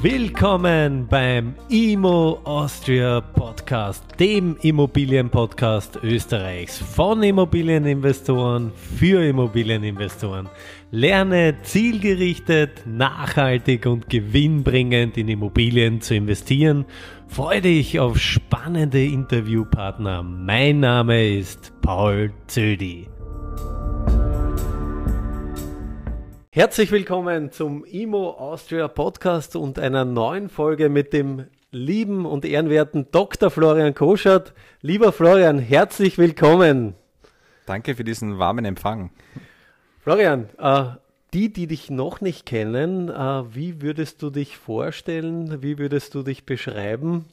Willkommen beim Immo Austria Podcast, dem Immobilienpodcast Österreichs von Immobilieninvestoren für Immobilieninvestoren. Lerne zielgerichtet, nachhaltig und gewinnbringend in Immobilien zu investieren. Freue dich auf spannende Interviewpartner. Mein Name ist Paul Zödi. Herzlich willkommen zum Immo Austria Podcast und einer neuen Folge mit dem lieben und ehrenwerten Dr. Florian Koschert. Lieber Florian, herzlich willkommen. Danke für diesen warmen Empfang. Florian, die dich noch nicht kennen, wie würdest du dich vorstellen? Wie würdest du dich beschreiben?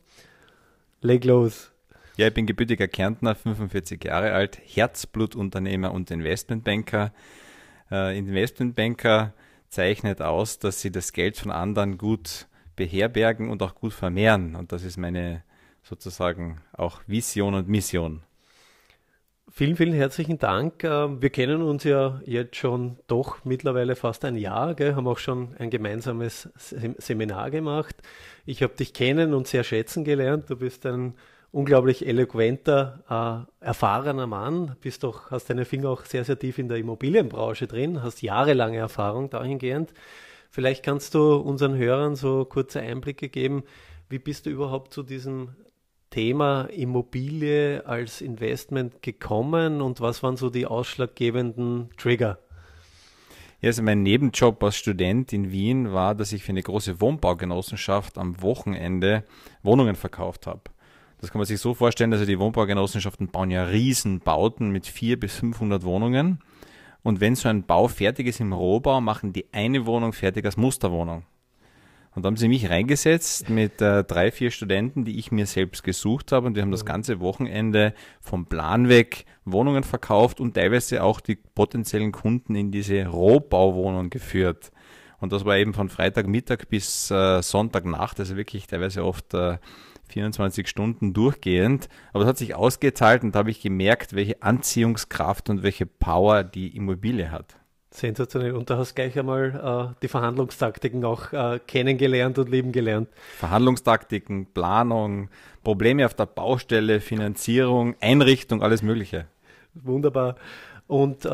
Leg los. Ja, ich bin gebürtiger Kärntner, 45 Jahre alt, Herzblutunternehmer und Investmentbanker. Investmentbanker zeichnet aus, dass sie das Geld von anderen gut beherbergen und auch gut vermehren. Und das ist meine sozusagen auch Vision und Mission. Vielen, vielen herzlichen Dank. Wir kennen uns ja jetzt schon doch mittlerweile fast ein Jahr, gell? Haben auch schon ein gemeinsames Seminar gemacht. Ich habe dich kennen und sehr schätzen gelernt. Du bist ein unglaublich eloquenter, erfahrener Mann, hast deine Finger auch sehr, sehr tief in der Immobilienbranche drin, hast jahrelange Erfahrung dahingehend. Vielleicht kannst du unseren Hörern so kurze Einblicke geben, wie bist du überhaupt zu diesem Thema Immobilie als Investment gekommen und was waren so die ausschlaggebenden Trigger? Ja, also mein Nebenjob als Student in Wien war, dass ich für eine große Wohnbaugenossenschaft am Wochenende Wohnungen verkauft habe. Das kann man sich so vorstellen, also die Wohnbaugenossenschaften bauen ja Riesenbauten mit 400 bis 500 Wohnungen. Und wenn so ein Bau fertig ist im Rohbau, machen die eine Wohnung fertig als Musterwohnung. Und da haben sie mich reingesetzt mit 3-4 Studenten, die ich mir selbst gesucht habe. Und wir haben das ganze Wochenende vom Plan weg Wohnungen verkauft und teilweise auch die potenziellen Kunden in diese Rohbauwohnung geführt. Und das war eben von Freitagmittag bis Sonntagnacht, also wirklich teilweise oft 24 Stunden durchgehend, aber es hat sich ausgezahlt und da habe ich gemerkt, welche Anziehungskraft und welche Power die Immobilie hat. Sensationell. Und du hast gleich einmal die Verhandlungstaktiken auch kennengelernt und lieben gelernt. Verhandlungstaktiken, Planung, Probleme auf der Baustelle, Finanzierung, Einrichtung, alles Mögliche. Wunderbar. Und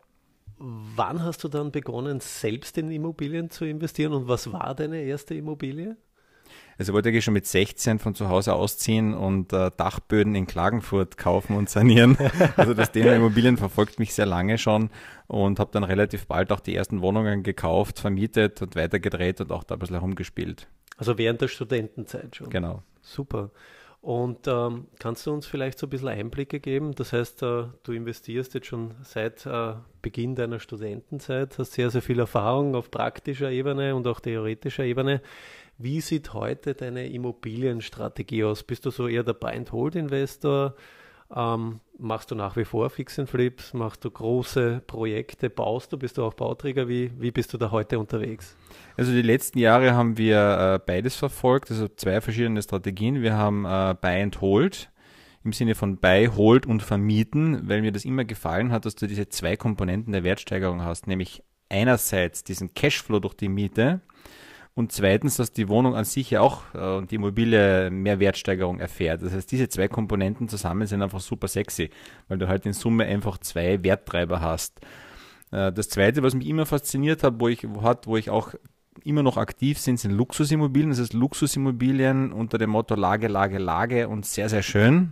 wann hast du dann begonnen, selbst in Immobilien zu investieren und was war deine erste Immobilie? Also wollte ich schon mit 16 von zu Hause ausziehen und Dachböden in Klagenfurt kaufen und sanieren. Also das Thema Immobilien verfolgt mich sehr lange schon und habe dann relativ bald auch die ersten Wohnungen gekauft, vermietet und weitergedreht und auch da ein bisschen herumgespielt. Also während der Studentenzeit schon? Genau. Super. Und kannst du uns vielleicht so ein bisschen Einblicke geben? Das heißt, du investierst jetzt schon seit Beginn deiner Studentenzeit, hast sehr, sehr viel Erfahrung auf praktischer Ebene und auch theoretischer Ebene. Wie sieht heute deine Immobilienstrategie aus? Bist du so eher der Buy-and-Hold-Investor? Machst du nach wie vor Fix and Flips? Machst du große Projekte? Baust du? Bist du auch Bauträger? Wie bist du da heute unterwegs? Also die letzten Jahre haben wir beides verfolgt, also 2 verschiedene Strategien. Wir haben Buy and Hold im Sinne von Buy, Hold und Vermieten, weil mir das immer gefallen hat, dass du diese 2 Komponenten der Wertsteigerung hast, nämlich einerseits diesen Cashflow durch die Miete und zweitens, dass die Wohnung an sich ja auch und die Immobilie mehr Wertsteigerung erfährt. Das heißt, diese 2 Komponenten zusammen sind einfach super sexy, weil du halt in Summe einfach 2 Werttreiber hast. Das Zweite, was mich immer fasziniert hat, wo ich auch immer noch aktiv sind Luxusimmobilien. Das heißt Luxusimmobilien unter dem Motto Lage, Lage, Lage und sehr, sehr schön.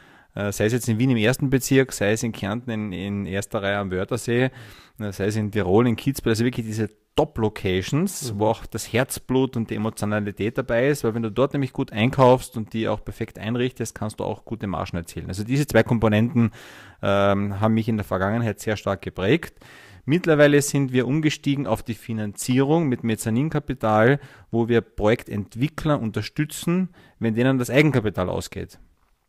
Sei es jetzt in Wien im 1. Bezirk, sei es in Kärnten in erster Reihe am Wörthersee, sei es in Tirol, in Kitzbühel, also wirklich diese Top-Locations, wo auch das Herzblut und die Emotionalität dabei ist, weil wenn du dort nämlich gut einkaufst und die auch perfekt einrichtest, kannst du auch gute Margen erzielen. Also diese 2 Komponenten haben mich in der Vergangenheit sehr stark geprägt. Mittlerweile sind wir umgestiegen auf die Finanzierung mit Mezzaninkapital, wo wir Projektentwickler unterstützen, wenn denen das Eigenkapital ausgeht.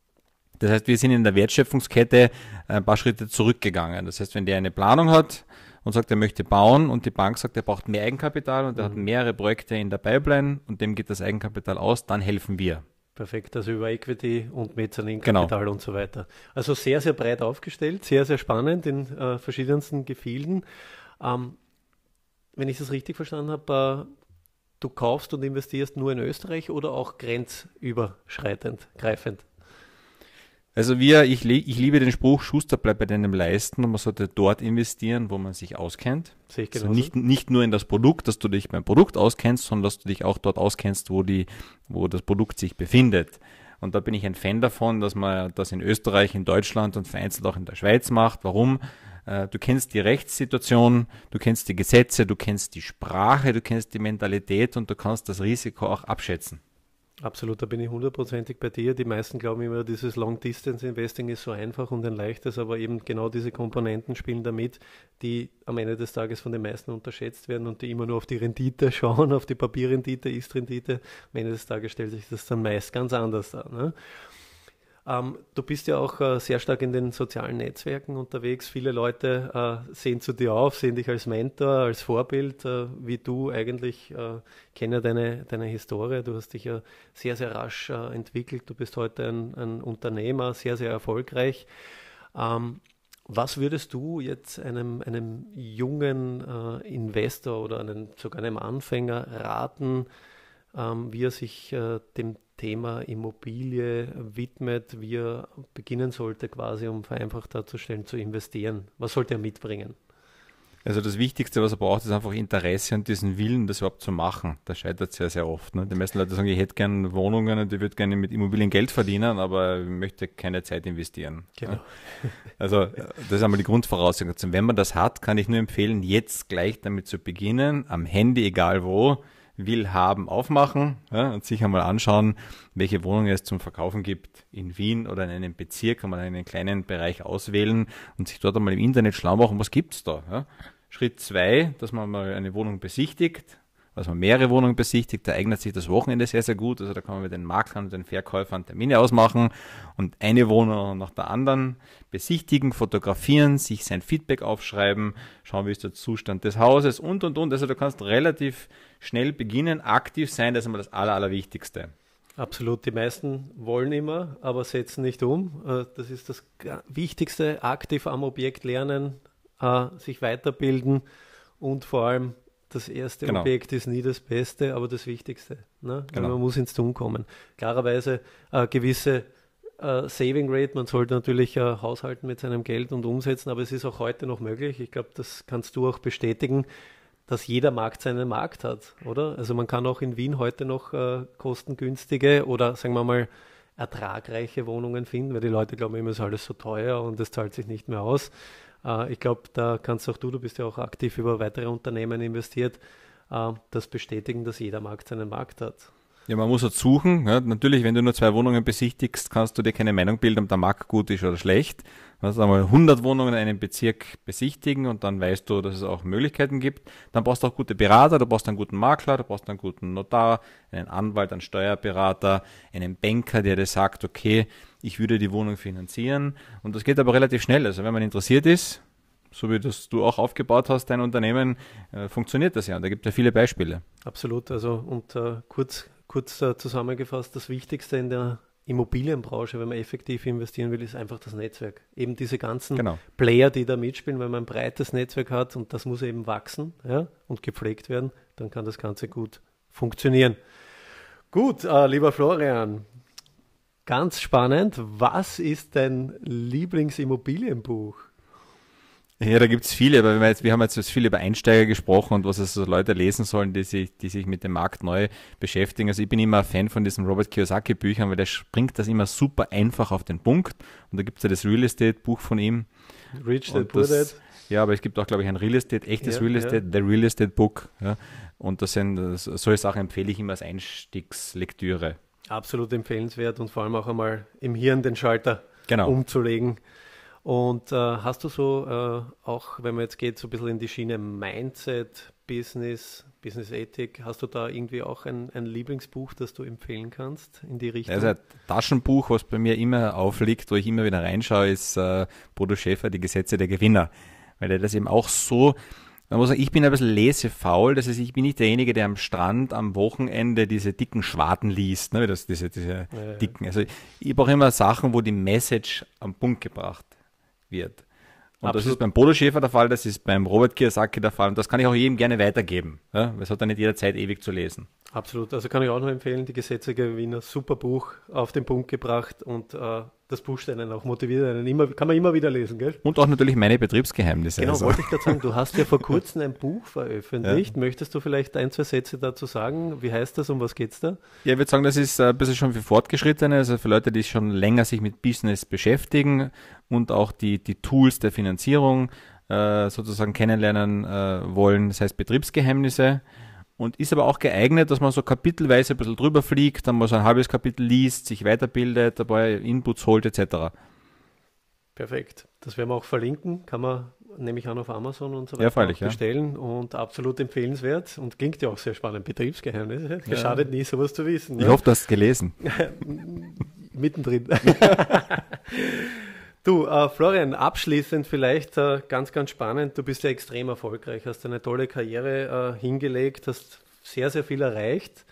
Das heißt, wir sind in der Wertschöpfungskette ein paar Schritte zurückgegangen. Das heißt, wenn der eine Planung hat und sagt, er möchte bauen und die Bank sagt, er braucht mehr Eigenkapital und er hat mehrere Projekte in der Pipeline und dem geht das Eigenkapital aus, dann helfen wir. Perfekt, also über Equity und Mezzaninkapital und so weiter. Also sehr, sehr breit aufgestellt, sehr, sehr spannend in verschiedensten Gefilden. Wenn ich das richtig verstanden habe, du kaufst und investierst nur in Österreich oder auch grenzüberschreitend, greifend? Also ich liebe den Spruch, Schuster bleibt bei deinem Leisten und man sollte dort investieren, wo man sich auskennt. Sehe ich Also genauso. nicht nur in das Produkt, dass du dich beim Produkt auskennst, sondern dass du dich auch dort auskennst, wo das Produkt sich befindet. Und da bin ich ein Fan davon, dass man das in Österreich, in Deutschland und vereinzelt auch in der Schweiz macht. Warum? Du kennst die Rechtssituation, du kennst die Gesetze, du kennst die Sprache, du kennst die Mentalität und du kannst das Risiko auch abschätzen. Absolut, da bin ich hundertprozentig bei dir. Die meisten glauben immer, dieses Long-Distance-Investing ist so einfach und ein leichtes, aber eben genau diese Komponenten spielen da mit, die am Ende des Tages von den meisten unterschätzt werden und die immer nur auf die Rendite schauen, auf die Papierrendite, Ist-Rendite. Am Ende des Tages stellt sich das dann meist ganz anders dar. Ne? Du bist ja auch sehr stark in den sozialen Netzwerken unterwegs. Viele Leute sehen zu dir auf, sehen dich als Mentor, als Vorbild, wie du eigentlich, kennen ja deine Historie. Du hast dich ja sehr, sehr rasch entwickelt. Du bist heute ein Unternehmer, sehr, sehr erfolgreich. Was würdest du jetzt einem jungen Investor oder sogar einem Anfänger raten, wie er sich dem Thema Immobilie widmet, wie er beginnen sollte, quasi, um vereinfacht darzustellen, zu investieren? Was sollte er mitbringen? Also das Wichtigste, was er braucht, ist einfach Interesse und diesen Willen, das überhaupt zu machen. Das scheitert sehr, sehr oft. Ne? Die meisten Leute sagen, ich hätte gerne Wohnungen und ich würde gerne mit Immobilien Geld verdienen, aber ich möchte keine Zeit investieren. Genau. Ne? Also das ist einmal die Grundvoraussetzung. Also, wenn man das hat, kann ich nur empfehlen, jetzt gleich damit zu beginnen, am Handy, egal wo, will haben, aufmachen, ja, und sich einmal anschauen, welche Wohnungen es zum Verkaufen gibt in Wien oder in einem Bezirk, kann man einen kleinen Bereich auswählen und sich dort einmal im Internet schlau machen, was gibt's da. Ja. Schritt 2, dass man mal eine Wohnung besichtigt, also man mehrere Wohnungen besichtigt, da eignet sich das Wochenende sehr, sehr gut, also da kann man mit den Maklern und den Verkäufern Termine ausmachen und eine Wohnung nach der anderen besichtigen, fotografieren, sich sein Feedback aufschreiben, schauen, wie ist der Zustand des Hauses und. Also du kannst relativ schnell beginnen, aktiv sein, das ist immer das Allerwichtigste. Absolut, die meisten wollen immer, aber setzen nicht um. Das ist das Wichtigste, aktiv am Objekt lernen, sich weiterbilden und vor allem das erste Objekt ist nie das Beste, aber das Wichtigste. Ne? Weil man muss ins Tun kommen. Klarerweise gewisse Saving Rate, man sollte natürlich haushalten mit seinem Geld und umsetzen, aber es ist auch heute noch möglich. Ich glaube, das kannst du auch bestätigen, dass jeder Markt seinen Markt hat, oder? Also man kann auch in Wien heute noch kostengünstige oder sagen wir mal ertragreiche Wohnungen finden, weil die Leute glauben immer, es ist alles so teuer und es zahlt sich nicht mehr aus. Ich glaube, da kannst auch du bist ja auch aktiv über weitere Unternehmen investiert, das bestätigen, dass jeder Markt seinen Markt hat. Ja, man muss halt suchen. Ja, natürlich, wenn du nur 2 Wohnungen besichtigst, kannst du dir keine Meinung bilden, ob der Markt gut ist oder schlecht. Du kannst einmal 100 Wohnungen in einem Bezirk besichtigen und dann weißt du, dass es auch Möglichkeiten gibt. Dann brauchst du auch gute Berater, du brauchst einen guten Makler, du brauchst einen guten Notar, einen Anwalt, einen Steuerberater, einen Banker, der dir sagt, okay, ich würde die Wohnung finanzieren. Und das geht aber relativ schnell. Also wenn man interessiert ist, so wie das du auch aufgebaut hast, dein Unternehmen, funktioniert das ja. Und da gibt es ja viele Beispiele. Absolut. Also und kurz zusammengefasst, das Wichtigste in der Immobilienbranche, wenn man effektiv investieren will, ist einfach das Netzwerk. Eben diese ganzen Player, die da mitspielen, wenn man ein breites Netzwerk hat und das muss eben wachsen, ja, und gepflegt werden, dann kann das Ganze gut funktionieren. Gut, lieber Florian, ganz spannend. Was ist dein Lieblingsimmobilienbuch? Ja, da gibt's viele, aber wir haben jetzt viel über Einsteiger gesprochen und was also Leute lesen sollen, die sich mit dem Markt neu beschäftigen. Also ich bin immer ein Fan von diesen Robert Kiyosaki Büchern, weil der bringt das immer super einfach auf den Punkt. Und da gibt's ja das Real Estate Buch von ihm. Rich Dad Poor Dad. Ja, aber es gibt auch, glaube ich, ein Real Estate, echtes Real Estate, The Real Estate Book. Ja. Und solche Sachen empfehle ich immer als Einstiegslektüre. Absolut empfehlenswert und vor allem auch einmal im Hirn den Schalter umzulegen. Und hast du so, auch wenn man jetzt geht, so ein bisschen in die Schiene Mindset, Business Ethik, hast du da irgendwie auch ein Lieblingsbuch, das du empfehlen kannst in die Richtung? Also ein Taschenbuch, was bei mir immer aufliegt, wo ich immer wieder reinschaue, ist Bodo Schäfer, Die Gesetze der Gewinner. Weil er das eben auch so, man muss sagen, ich bin ein bisschen lesefaul, das heißt, ich bin nicht derjenige, der am Strand am Wochenende diese dicken Schwaden liest, ne, diese dicken. Also ich brauche immer Sachen, wo die Message am Punkt gebracht wird. Und das ist beim Bodo Schäfer der Fall, das ist beim Robert Kiyosaki der Fall und das kann ich auch jedem gerne weitergeben. Ja? Weil es hat dann nicht jederzeit ewig zu lesen. Absolut, also kann ich auch noch empfehlen, die Gesetze der Gewinner, super Buch, auf den Punkt gebracht und das pusht einen auch, motiviert einen, kann man immer wieder lesen, gell? Und auch natürlich meine Betriebsgeheimnisse. Genau, wollte ich gerade sagen, du hast ja vor kurzem ein Buch veröffentlicht, möchtest du vielleicht 1, 2 Sätze dazu sagen, wie heißt das, um was geht's da? Ja, ich würde sagen, das ist ein bisschen schon für Fortgeschrittene, also für Leute, die schon länger sich mit Business beschäftigen und auch die Tools der Finanzierung sozusagen kennenlernen wollen, das heißt Betriebsgeheimnisse. Und ist aber auch geeignet, dass man so kapitelweise ein bisschen drüber fliegt, dann mal so ein halbes Kapitel liest, sich weiterbildet, dabei Inputs holt etc. Perfekt. Das werden wir auch verlinken. Kann man nämlich auch auf Amazon und so weiter bestellen. Und absolut empfehlenswert. Und klingt ja auch sehr spannend. Betriebsgeheimnis. Schadet nie, sowas zu wissen. Ich hoffe, du hast es gelesen. Mittendrin. Du, Florian, abschließend vielleicht ganz, ganz spannend. Du bist ja extrem erfolgreich, hast eine tolle Karriere hingelegt, hast sehr, sehr viel erreicht.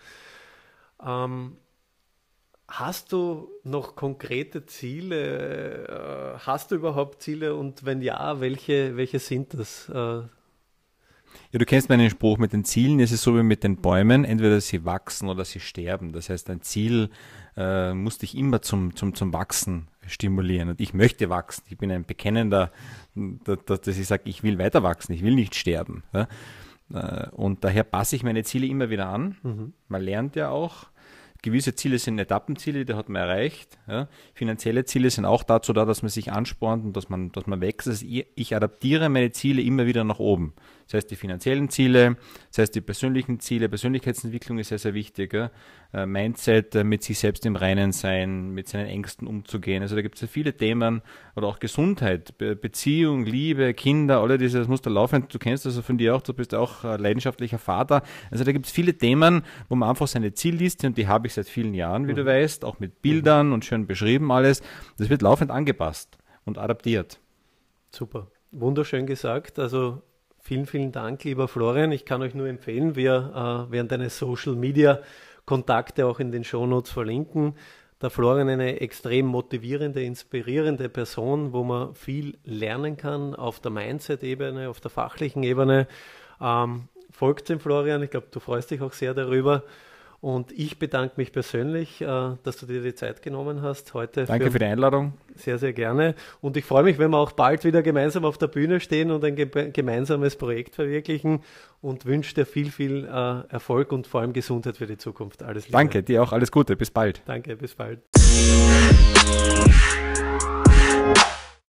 Hast du noch konkrete Ziele? Hast du überhaupt Ziele? Und wenn ja, welche sind das? Ja, du kennst meinen Spruch mit den Zielen. Es ist so wie mit den Bäumen. Entweder sie wachsen oder sie sterben. Das heißt, ein Ziel muss dich immer zum Wachsen stimulieren. Und ich möchte wachsen. Ich bin ein Bekennender, dass ich sage, ich will weiter wachsen. Ich will nicht sterben. Ja? Und daher passe ich meine Ziele immer wieder an. Mhm. Man lernt ja auch. Gewisse Ziele sind Etappenziele, die hat man erreicht. Ja. Finanzielle Ziele sind auch dazu da, dass man sich anspornt und dass man wächst. Also ich adaptiere meine Ziele immer wieder nach oben. Das heißt, die finanziellen Ziele, das heißt, die persönlichen Ziele, Persönlichkeitsentwicklung ist sehr, sehr wichtig. Ja. Mindset, mit sich selbst im Reinen sein, mit seinen Ängsten umzugehen. Also da gibt es ja viele Themen oder auch Gesundheit, Beziehung, Liebe, Kinder, alle diese, das muss da laufen. Du kennst das also von dir auch, du bist auch leidenschaftlicher Vater. Also da gibt es viele Themen, wo man einfach seine Zielliste, und die habe ich seit vielen Jahren, wie du weißt, auch mit Bildern und schön beschrieben alles. Das wird laufend angepasst und adaptiert. Super, wunderschön gesagt. Also vielen, vielen Dank, lieber Florian. Ich kann euch nur empfehlen, wir werden deine Social Media Kontakte auch in den Shownotes verlinken. Der Florian eine extrem motivierende, inspirierende Person, wo man viel lernen kann auf der Mindset-Ebene, auf der fachlichen Ebene. Folgt dem Florian, ich glaube, du freust dich auch sehr darüber. Und ich bedanke mich persönlich, dass du dir die Zeit genommen hast heute. Danke für die Einladung. Sehr, sehr gerne. Und ich freue mich, wenn wir auch bald wieder gemeinsam auf der Bühne stehen und ein gemeinsames Projekt verwirklichen, und wünsche dir viel, viel Erfolg und vor allem Gesundheit für die Zukunft. Alles Liebe. Danke, dir auch alles Gute. Bis bald. Danke, bis bald.